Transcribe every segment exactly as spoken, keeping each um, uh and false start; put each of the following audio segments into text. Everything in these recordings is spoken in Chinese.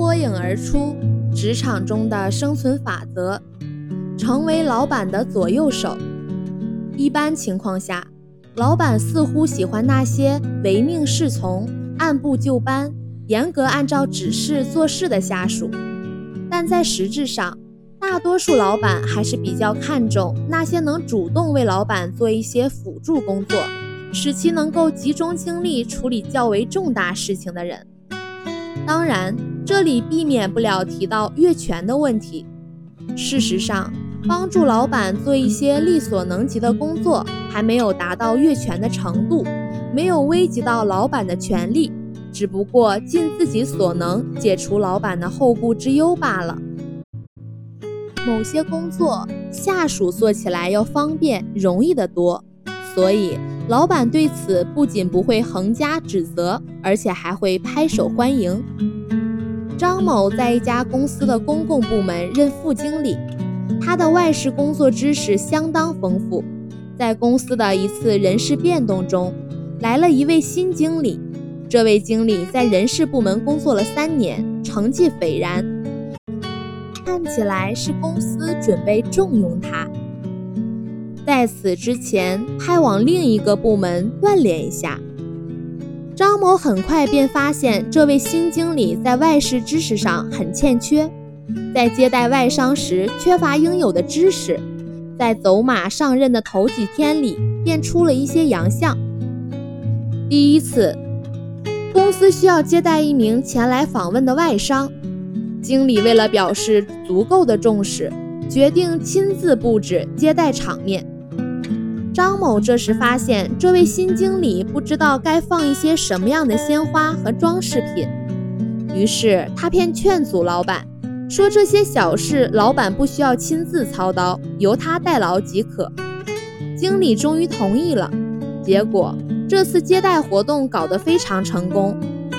脱颖而出，职场中的生存法则，成为老板的左右手。一般情况下，老板似乎喜欢那些唯命是从、按部就班、严格按照指示做事的下属，但在实质上，大多数老板还是比较看重那些能主动为老板做一些辅助工作，使其能够集中精力处理较为重大事情的人。当然，这里避免不了提到越权的问题。事实上，帮助老板做一些力所能及的工作，还没有达到越权的程度，没有危及到老板的权利，只不过尽自己所能解除老板的后顾之忧罢了。某些工作，下属做起来要方便容易得多，所以老板对此不仅不会横加指责，而且还会拍手欢迎。张某在一家公司的公共部门任副经理，他的外事工作知识相当丰富。在公司的一次人事变动中，来了一位新经理。这位经理在人事部门工作了三年，成绩斐然，看起来是公司准备重用他。在此之前，派往另一个部门锻炼一下。张某很快便发现这位新经理在外事知识上很欠缺，在接待外商时缺乏应有的知识，在走马上任的头几天里便出了一些洋相。第一次，公司需要接待一名前来访问的外商，经理为了表示足够的重视，决定亲自布置接待场面。张某这时发现这位新经理不知道该放一些什么样的鲜花和装饰品，于是他便劝阻老板，说这些小事老板不需要亲自操刀，由他代劳即可。经理终于同意了，结果这次接待活动搞得非常成功。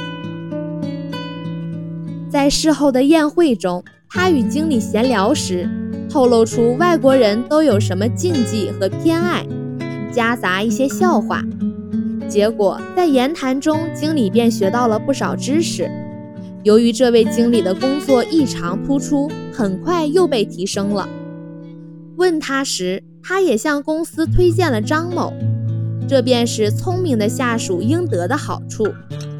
在事后的宴会中，他与经理闲聊时，透露出外国人都有什么禁忌和偏爱，夹杂一些笑话。结果在言谈中，经理便学到了不少知识。由于这位经理的工作异常突出，很快又被提升了。问他时，他也向公司推荐了张某，这便是聪明的下属应得的好处。